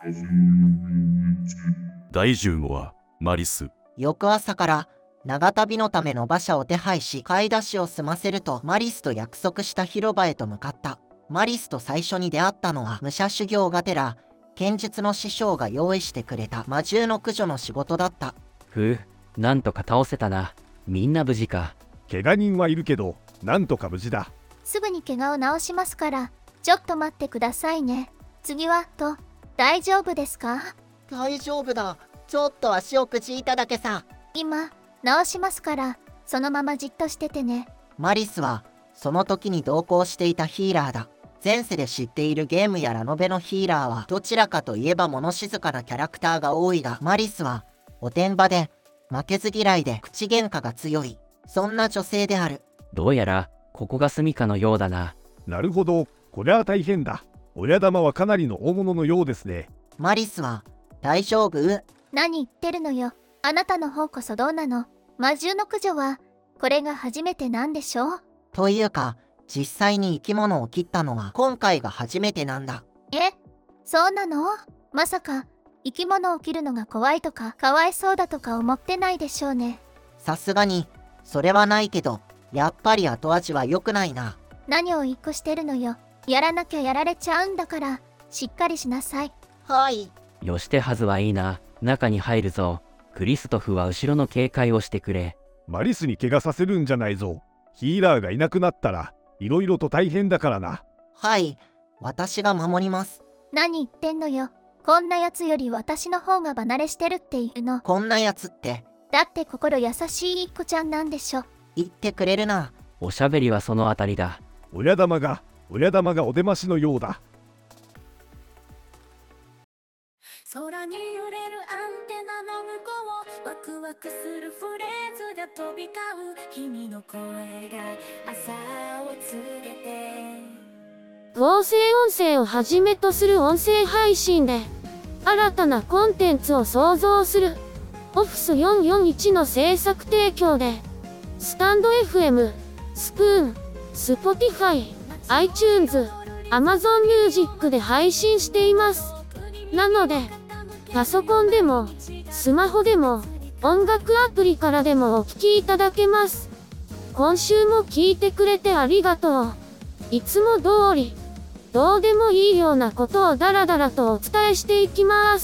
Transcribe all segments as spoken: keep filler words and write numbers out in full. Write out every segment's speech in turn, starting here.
だいじゅうごわ、マリス。 翌朝から長旅のための馬車を手配し、買い出しを済ませると、マリスと約束した広場へと向かった。マリスと最初に出会ったのは、武者修行がてら剣術の師匠が用意してくれた魔獣の駆除の仕事だった。 ふう、なんとか倒せたな。みんな無事か。 怪我人はいるけど、なんとか無事だ。 すぐに怪我を治しますから、ちょっと待ってくださいね。次は、と、大丈夫ですか？ 大丈夫だ。ちょっと足をくじいただけさ。 今、治しますから、そのままじっとしててね。 マリスは、その時に同行していたヒーラーだ。前世で知っているゲームやラノベのヒーラーは、どちらかといえば物静かなキャラクターが多いが、マリスは、おてんばで、負けず嫌いで口喧嘩が強い。そんな女性である。 どうやら、ここが住処のようだな。 なるほど、これは大変だ。親玉はかなりの大物のようですね。 マリスは、大丈夫？ 何言ってるのよ。あなたの方こそどうなの？魔獣の駆除は、これが初めてなんでしょう？ というか、実際に生き物を切ったのは今回が初めてなんだ。 え？そうなの？まさか、生き物を切るのが怖いとか、かわいそうだとか思ってないでしょうね。 さすがに、それはないけど、やっぱり後味は良くないな。 何を言いっこしてるのよ。やらなきゃやられちゃうんだから、しっかりしなさい。 はい。 よしてはずはいいな。中に入るぞ。クリストフは後ろの警戒をしてくれ。 マリスに怪我させるんじゃないぞ。ヒーラーがいなくなったら、いろいろと大変だからな。 はい、私が守ります。 何言ってんのよ。こんなやつより私の方が離れしてるっていうの。 こんなやつって。 だって心優しいいっこちゃんなんでしょ。 言ってくれるな。 おしゃべりはそのあたりだ。 親玉が、親玉がお出ましのようだ。 空に揺れるアンテナの向こう、ワクワクするフレーズが飛び交う、君の声が朝を告げて。 合成音声をはじめとする音声配信で新たなコンテンツを創造するオフィスよんよんいちの制作提供でスタンド エフエム、スプーン、Spotify、iTunes、Amazon Music で配信しています。なのでパソコンでもスマホでも音楽アプリからでもお聴きいただけます。今週も聞いてくれてありがとう。いつも通りどうでもいいようなことをダラダラとお伝えしていきます。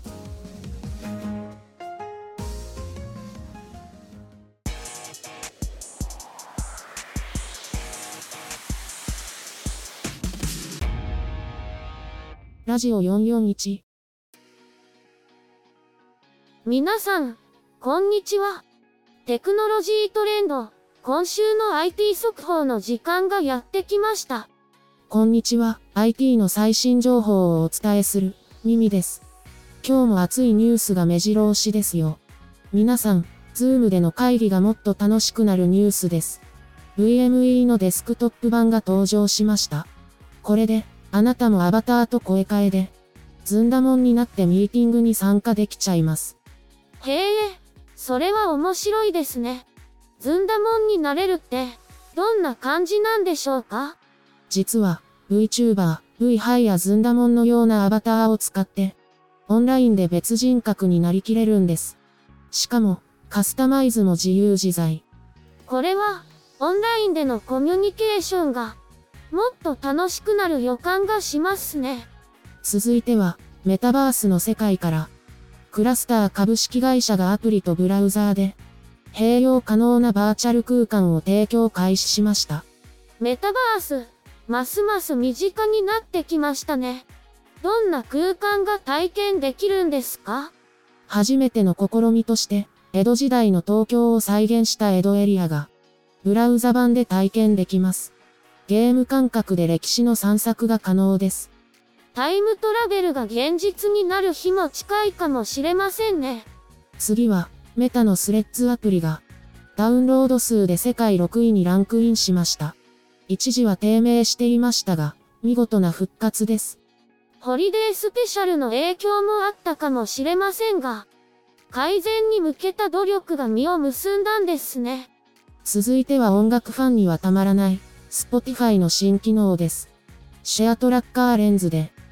ラジオよんよんいち。皆さん、こんにちは。テクノロジートレンド、今週の アイティー 速報の時間がやってきました。こんにちは。アイティー の最新情報をお伝えする、ミミです。今日も熱いニュースが目白押しですよ。皆さん、ズームでの会議がもっと楽しくなるニュースです。ブイエムイー のデスクトップ版が登場しました。これで、あなたもアバターと声変えで、ずんだもんになってミーティングに参加できちゃいます。へえ、それは面白いですね。ずんだもんになれるって、どんな感じなんでしょうか？実は、VTuber、V ハイやずんだもんのようなアバターを使って、オンラインで別人格になりきれるんです。しかも、カスタマイズも自由自在。これは、オンラインでのコミュニケーションが、もっと楽しくなる予感がしますね。続いては、メタバースの世界から、クラスター株式会社がアプリとブラウザーで、併用可能なバーチャル空間を提供開始しました。メタバース、ますます身近になってきましたね。どんな空間が体験できるんですか？初めての試みとして、江戸時代の東京を再現した江戸エリアが、ブラウザ版で体験できます。ゲーム感覚で歴史の散策が可能です。タイムトラベルが現実になる日も近いかもしれませんね。次は、メタのスレッズアプリが、ダウンロード数で世界ろくいにランクインしました。一時は低迷していましたが、見事な復活です。ホリデースペシャルの影響もあったかもしれませんが、改善に向けた努力が実を結んだんですね。続いては音楽ファンにはたまらない、Spotify の新機能です。シェアトラッカーレンズで、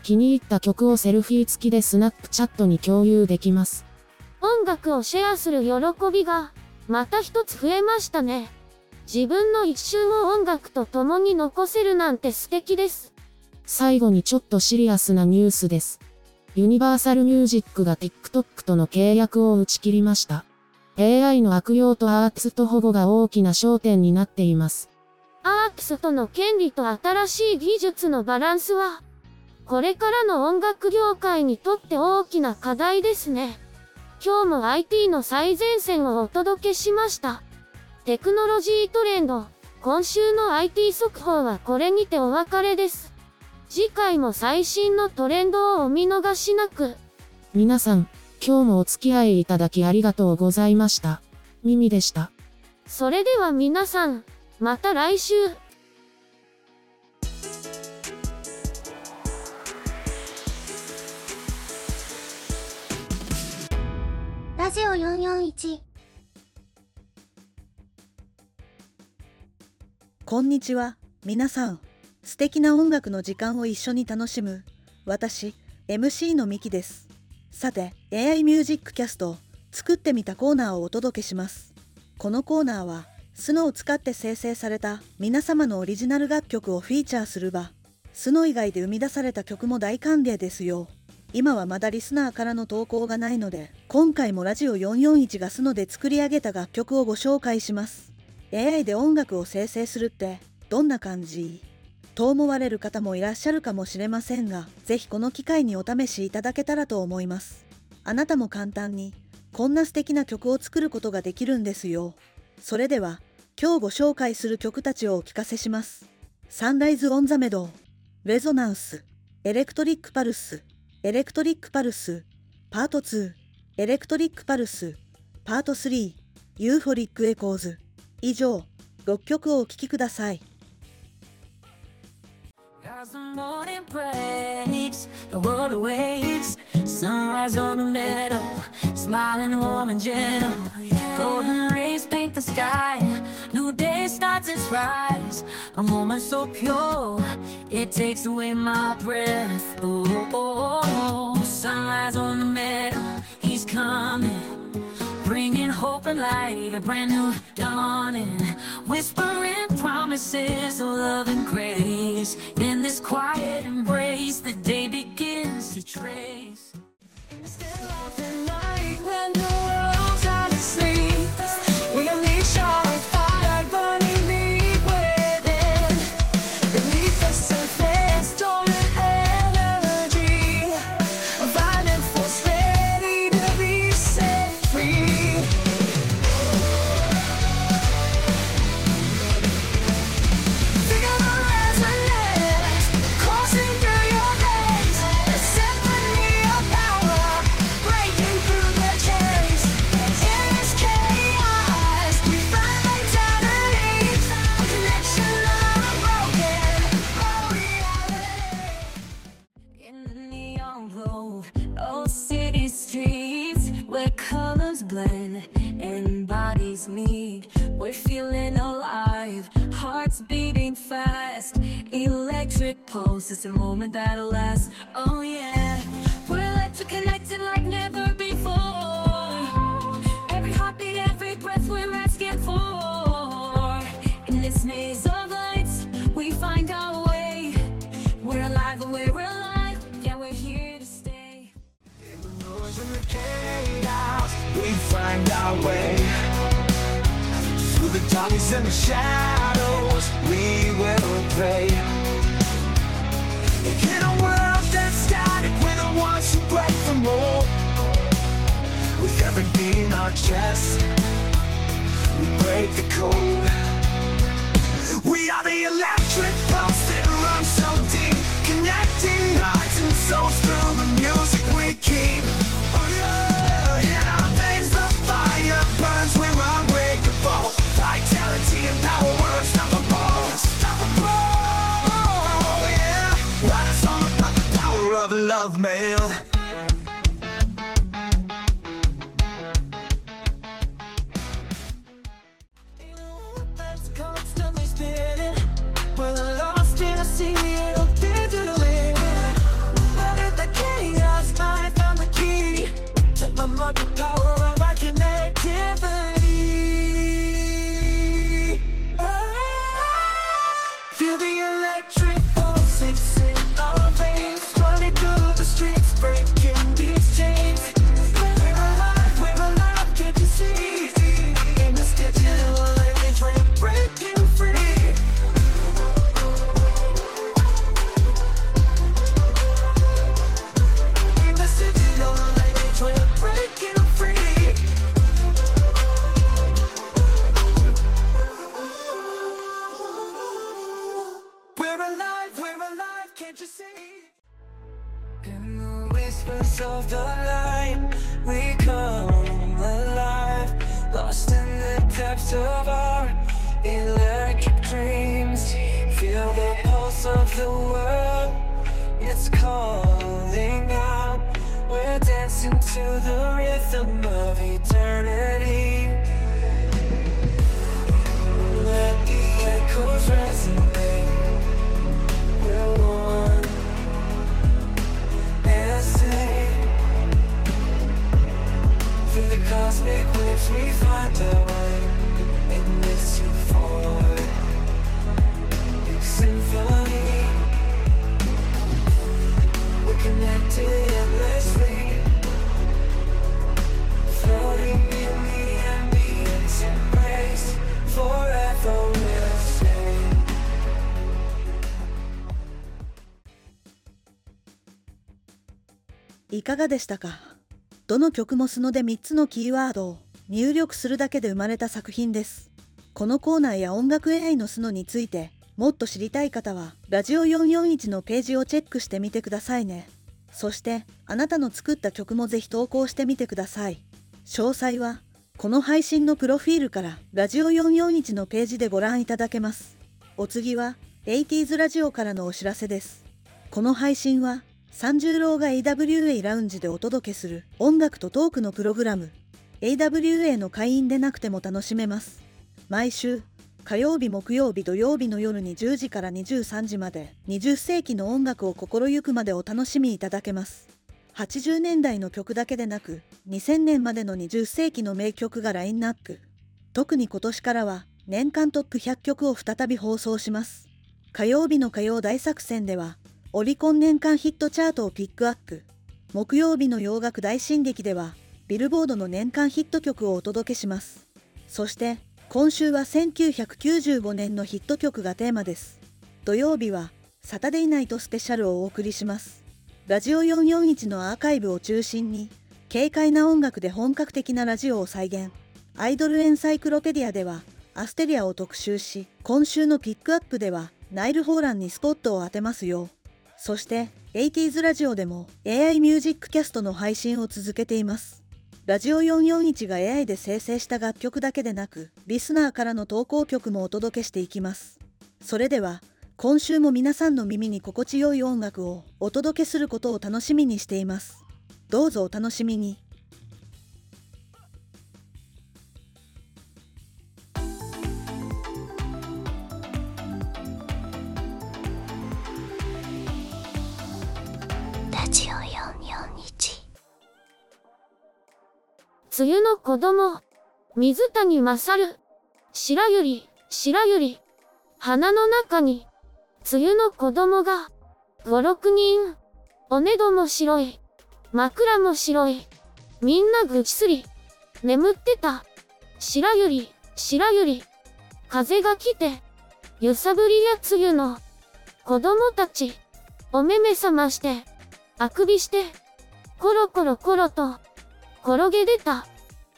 気に入った曲をセルフィー付きでスナップチャットに共有できます。 音楽をシェアする喜びが、また一つ増えましたね。自分の一瞬を音楽と共に残せるなんて素敵です。 最後にちょっとシリアスなニュースです。ユニバーサルミュージックが TikTok との契約を打ち切りました。エーアイ の悪用とアーティスト保護が大きな焦点になっています。 アーティストの権利と新しい技術のバランスは、これからの音楽業界にとって大きな課題ですね。今日も アイティー の最前線をお届けしました。テクノロジートレンド、今週の アイティー 速報はこれにてお別れです。次回も最新のトレンドをお見逃しなく。 皆さん、今日もお付き合いいただきありがとうございました。ミミでした。 それでは皆さん、また来週。 ラジオよんよんいち。 こんにちは、皆さん。素敵な音楽の時間を一緒に楽しむ、私、エムシー のミキです。さて、エーアイ ミュージックキャスト、作ってみたコーナーをお届けします。このコーナーは、スノを使って生成された皆様のオリジナル楽曲をフィーチャーする場。スノ以外で生み出された曲も大歓迎ですよ。今はまだリスナーからの投稿がないので、今回もラジオよんよんいちがスノで作り上げた楽曲をご紹介します。エーアイ で音楽を生成するってどんな感じと思われる方もいらっしゃるかもしれませんが、ぜひこの機会にお試しいただけたらと思います。あなたも簡単にこんな素敵な曲を作ることができるんですよ。それでは今日ご紹介する曲たちをお聞かせします。サンライズ・オン・ザ・メドウ、レゾナンス、エレクトリック・パルス、エレクトリック・パルス、パートツー、エレクトリック・パルス、パートスリー、ユーフォリック・エコーズ。以上、ろっきょくをお聴きください。 As the morning breaks, the world awaits. Sunrise on the meadow, smiling warm and gentle. Golden rays paint the sky. New day starts its rise. A moment so pure, it takes away my breath. Oh, oh, oh. Sunrise on the meadow, he's coming, bringing hope and light, a brand new dawning, whispering promises of love and grace. In this quiet embrace, the day begins to trace. Still of the night when the world's out of sleep, we unleash our fire burning deep within. Beneath the surface, dormant energy, a violent force ready to be set free. Feel the resonance coursing through your veins, a symphony of power breaking through the chains. In this chaos, we find vitality, a connection unbroken, oh reality. In the neon glow, old city streets where colors blend and bodies meet, we're feeling alive, hearts beating fast, electric pulses, a moment that'll last. Oh yeah, we're electric connected like never before. Every heartbeat, every breath we're asking for. In this maze of lights, we find our way. We're alive, we're alive, yeah, we're here to stay. In the noise and the chaos, we find our way. Through the darkness and the shadows, we will pray. In a world that's static, we're the ones who break the mold. With every beat in our chest, we break the code. We are the electric pulse that runs so deep, connecting hearts and souls through the music we keep. Oh yeah, in our veins the fire burns, we're unbreakable. Vitality and power, we're unstoppable. Unstoppable, yeah. Ride us on about the power of love, man. That's constantly spinning. We're lost in a sea of digital living. whispers of the light, we come alive, lost in the depths of our electric dreams. Feel the pulse of the world, it's calling out. We're dancing to the rhythm of eternity. Let the echoes resonate. We're one and sing. Through the cosmic waves we find our way in this euphoric symphony. We're connected endlessly, floating in the ambience embrace. Forever we'll stay. いかがでしたか？どの曲もスノでみっつのキーワードを入力するだけで生まれた作品です。このコーナーや音楽 エーアイ のスノについてもっと知りたい方はラジオよんよんいちのページをチェックしてみてくださいね。そしてあなたの作った曲もぜひ投稿してみてください。詳細はこの配信のプロフィールからラジオよんよんいちのページでご覧いただけます。お次はエイティーズラジオからのお知らせです。この配信は三十郎が エーダブリューエー ラウンジでお届けする音楽とトークのプログラム。 エーダブリューエー の会員でなくても楽しめます。毎週火曜日木曜日土曜日の夜にじゅうじからにじゅうさんじまでにじゅっせいきの音楽を心ゆくまでお楽しみいただけます。はちじゅうねんだいの曲だけでなくにせんねんまでのにじゅっせいきの名曲がラインナップ。特に今年からは年間トップひゃっきょくを再び放送します。火曜日の歌謡大作戦ではオリコン年間ヒットチャートをピックアップ。木曜日の洋楽大進撃ではビルボードの年間ヒット曲をお届けします。そして今週はせんきゅうひゃくきゅうじゅうごねんのヒット曲がテーマです。土曜日はサタデーナイトスペシャルをお送りします。ラジオよんよんいちのアーカイブを中心に軽快な音楽で本格的なラジオを再現。アイドルエンサイクロペディアではアステリアを特集し、今週のピックアップではナイル・ホーランにスポットを当てますよ。そしてエイティーズラジオでも エーアイ ミュージックキャストの配信を続けています。ラジオよんよんいちが エーアイ で生成した楽曲だけでなく、リスナーからの投稿曲もお届けしていきます。それでは、今週も皆さんの耳に心地よい音楽をお届けすることを楽しみにしています。どうぞお楽しみに。 ラジオよんよんいち。 梅雨の子供、水谷勝。白百合、白百合。花の中に、梅雨の子供が、ご、ろくにん。おねども白い。枕も白い。みんなぐっすり。眠ってた。白百合、白百合。風が来て、揺さぶりや梅雨の、子供たち。お目目覚まして、あくびして、コロコロコロと、転げ出た。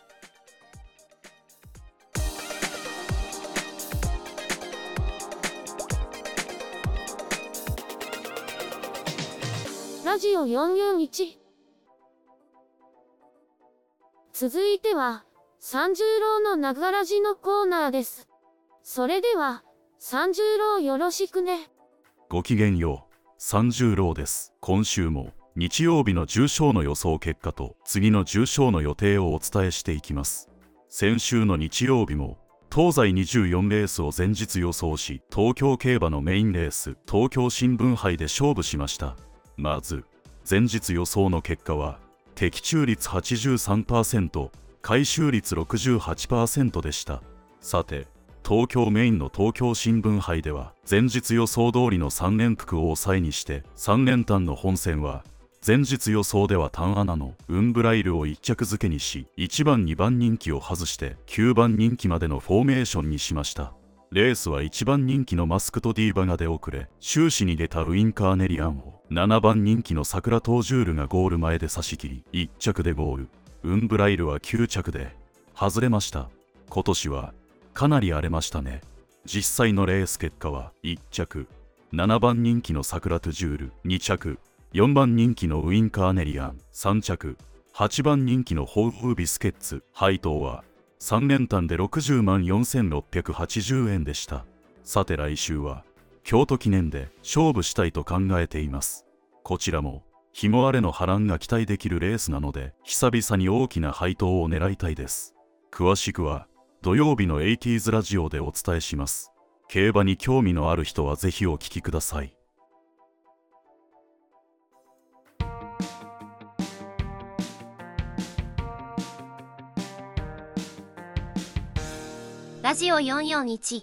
ラジオよんよんいち。続いては、三十郎のながらじのコーナーです。それでは、三十郎よろしくね。 ごきげんよう、三十郎です。今週も日曜日の重賞の予想結果と次の重賞の予定をお伝えしていきます。先週の日曜日も東西にじゅうよんレースを前日予想し、東京競馬のメインレース東京新聞杯で勝負しました。まず前日予想の結果は的中率 はちじゅうさんパーセント、回収率 ろくじゅうはちパーセント でした。さて東京メインの東京新聞杯では前日予想通りのさん連複を抑えにしてさん連単の本戦は前日予想では単穴のウンブライルをいっ着付けにし、いちばんにばん人気を外してきゅうばん人気までのフォーメーションにしました。レースはいちばん人気のマスクとディーバが出遅れ、終始に出たウィンカーネリアンをななばん人気のサクラトージュールがゴール前で差し切りいっ着でゴール。ウンブライルはきゅう着で外れました。今年はかなり荒れましたね。実際のレース結果はいっ着、ななばん人気のサクラトゥジュールに着、 よんばん人気のウィンカーネリアンさん着、はちばん人気のホーフービスケッツ配当はさん連単でろくじゅうまんよんせんろっぴゃくはちじゅうえんでした。さて来週は京都記念で勝負したいと考えています。こちらも日も荒れの波乱が期待できるレースなので久々に大きな配当を狙いたいです。詳しくは土曜日のエイティーズラジオでお伝えします。競馬に興味のある人はぜひお聞きください。 ラジオよんよんいち。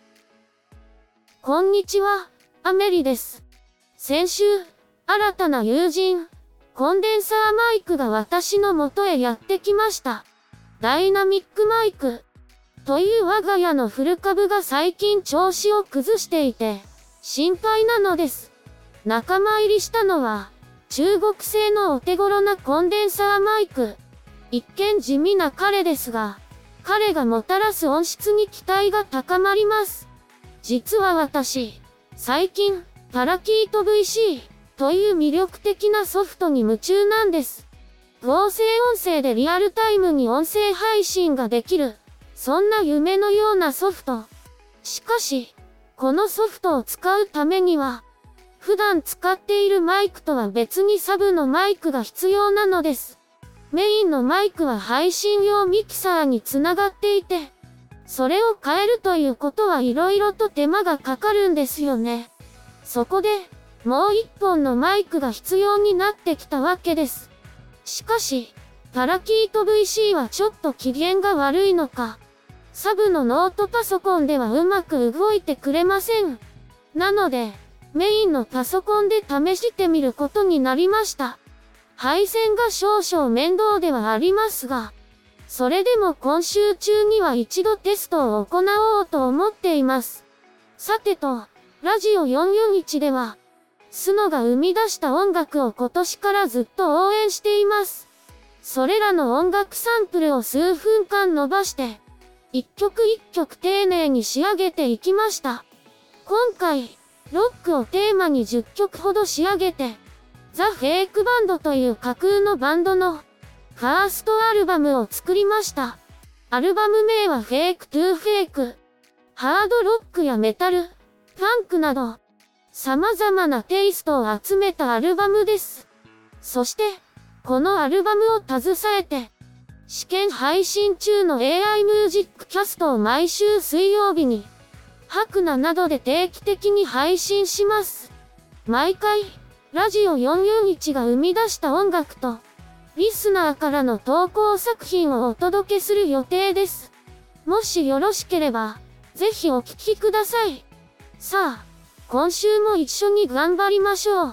こんにちは、アメリです。先週、新たな友人、コンデンサーマイクが私の元へやってきました。ダイナミックマイク。という我が家の古株が最近調子を崩していて、心配なのです。仲間入りしたのは、中国製のお手頃なコンデンサーマイク。一見地味な彼ですが、彼がもたらす音質に期待が高まります。実は私、最近、パラキート ブイシー という魅力的なソフトに夢中なんです。合成音声でリアルタイムに音声配信ができる、そんな夢のようなソフト。しかし、このソフトを使うためには、普段使っているマイクとは別にサブのマイクが必要なのです。メインのマイクは配信用ミキサーにつながっていて、それを変えるということは色々と手間がかかるんですよね。そこで、もう一本のマイクが必要になってきたわけです。しかし、パラキート ブイシー はちょっと機嫌が悪いのか、サブのノートパソコンではうまく動いてくれません。なので、メインのパソコンで試してみることになりました。配線が少々面倒ではありますが、それでも今週中には一度テストを行おうと思っています。さてと、ラジオよんよんいちでは、スノが生み出した音楽を今年からずっと応援しています。それらの音楽サンプルを数分間伸ばして、一曲一曲丁寧に仕上げていきました。今回、ロックをテーマにじゅっきょくほど仕上げて、ザ・フェイクバンドという架空のバンドのファーストアルバムを作りました。アルバム名はフェイクトゥーフェイク。ハードロックやメタル、パンクなど、様々なテイストを集めたアルバムです。そして、このアルバムを携えて、試験配信中の エーアイ ミュージックキャストを毎週水曜日に、ハクナなどで定期的に配信します。毎回、ラジオよんよんいちが生み出した音楽と、リスナーからの投稿作品をお届けする予定です。もしよろしければ、ぜひお聴きください。さあ、今週も一緒に頑張りましょう。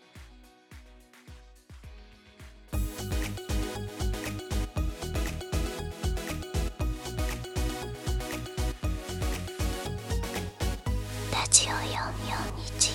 ラジオよんよんいち。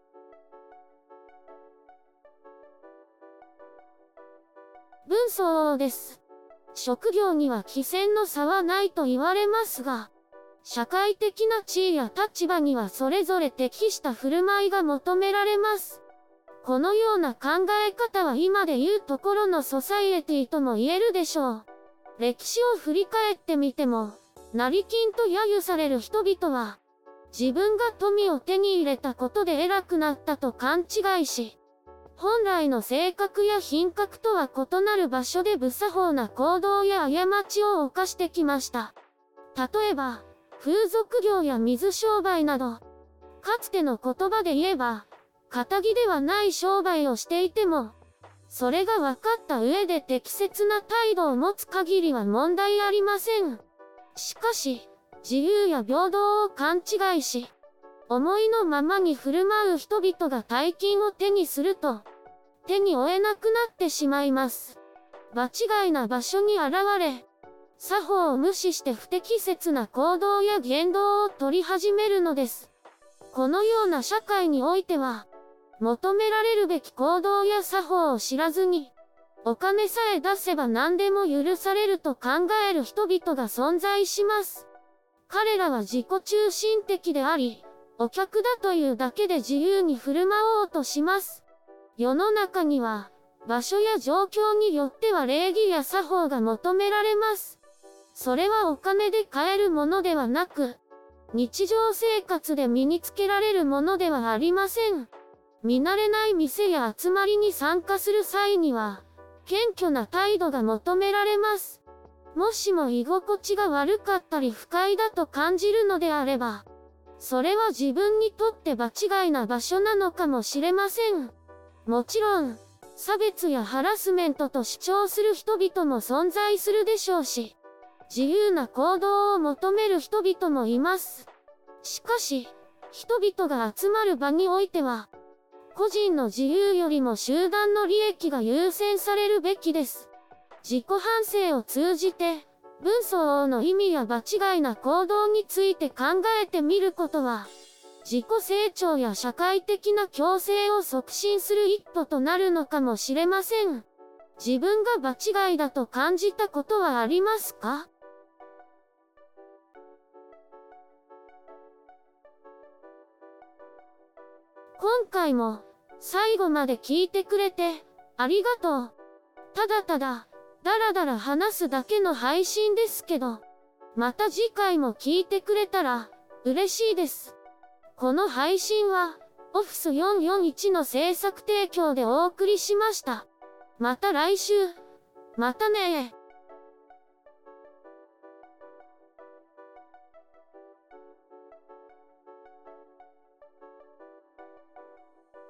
文章です。職業には貴賤の差はないと言われますが、社会的な地位や立場にはそれぞれ適した振る舞いが求められます。このような考え方は今で言うところのソサイエティとも言えるでしょう。歴史を振り返ってみても、成金と揶揄される人々は、自分が富を手に入れたことで偉くなったと勘違いし、本来の性格や品格とは異なる場所で無作法な行動や過ちを犯してきました。例えば、風俗業や水商売など、かつての言葉で言えば、堅気ではない商売をしていても、それが分かった上で適切な態度を持つ限りは問題ありません。しかし、自由や平等を勘違いし、思いのままに振る舞う人々が大金を手にすると、手に負えなくなってしまいます。場違いな場所に現れ、作法を無視して不適切な行動や言動を取り始めるのです。このような社会においては、求められるべき行動や作法を知らずに、お金さえ出せば何でも許されると考える人々が存在します。彼らは自己中心的であり、お客だというだけで自由に振る舞おうとします。 世の中には、場所や状況によっては礼儀や作法が求められます。それはお金で買えるものではなく、日常生活で身につけられるものではありません。見慣れない店や集まりに参加する際には、謙虚な態度が求められます。もしも居心地が悪かったり不快だと感じるのであれば、それは自分にとって場違いな場所なのかもしれません。もちろん、差別やハラスメントと主張する人々も存在するでしょうし、自由な行動を求める人々もいます。しかし、人々が集まる場においては、個人の自由よりも集団の利益が優先されるべきです。自己反省を通じて、分相応の意味や場違いな行動について考えてみることは、自己成長や社会的な共生を促進する一歩となるのかもしれません。自分が場違いだと感じたことはありますか？今回も最後まで聞いてくれてありがとう。ただただだらだら話すだけの配信ですけど、また次回も聞いてくれたら嬉しいです。この配信はオフィスよんよんいちの制作提供でお送りしました。また来週。またねー。